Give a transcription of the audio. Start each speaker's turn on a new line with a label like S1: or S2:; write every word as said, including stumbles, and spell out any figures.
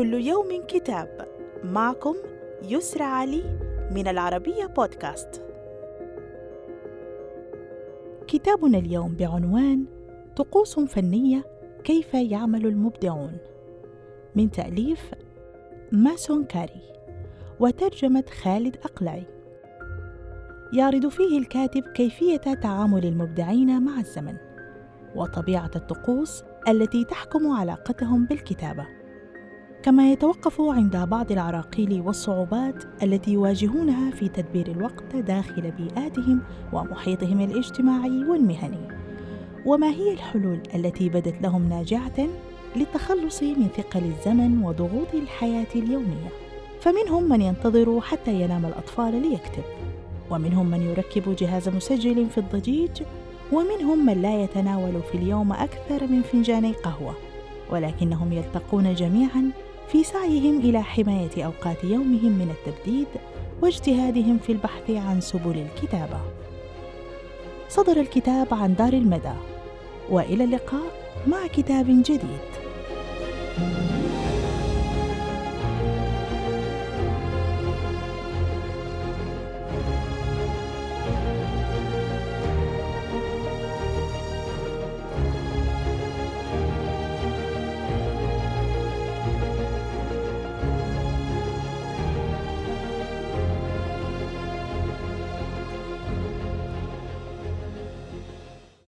S1: كل يوم كتاب. معكم يسرى علي من العربية بودكاست. كتابنا اليوم بعنوان طقوس فنية كيف يعمل المبدعون، من تأليف ماسون كاري وترجمة خالد أقلعي. يعرض فيه الكاتب كيفية تعامل المبدعين مع الزمن وطبيعة الطقوس التي تحكم علاقتهم بالكتابة، كما يتوقف عند بعض العراقيل والصعوبات التي يواجهونها في تدبير الوقت داخل بيئاتهم ومحيطهم الاجتماعي والمهني، وما هي الحلول التي بدت لهم ناجعة للتخلص من ثقل الزمن وضغوط الحياة اليومية. فمنهم من ينتظر حتى ينام الأطفال ليكتب، ومنهم من يركب جهاز مسجل في الضجيج، ومنهم من لا يتناول في اليوم أكثر من فنجاني قهوة، ولكنهم يلتقون جميعاً في سعيهم إلى حماية أوقات يومهم من التبديد واجتهادهم في البحث عن سبل الكتابة. صدر الكتاب عن دار المدى، وإلى اللقاء مع كتاب جديد.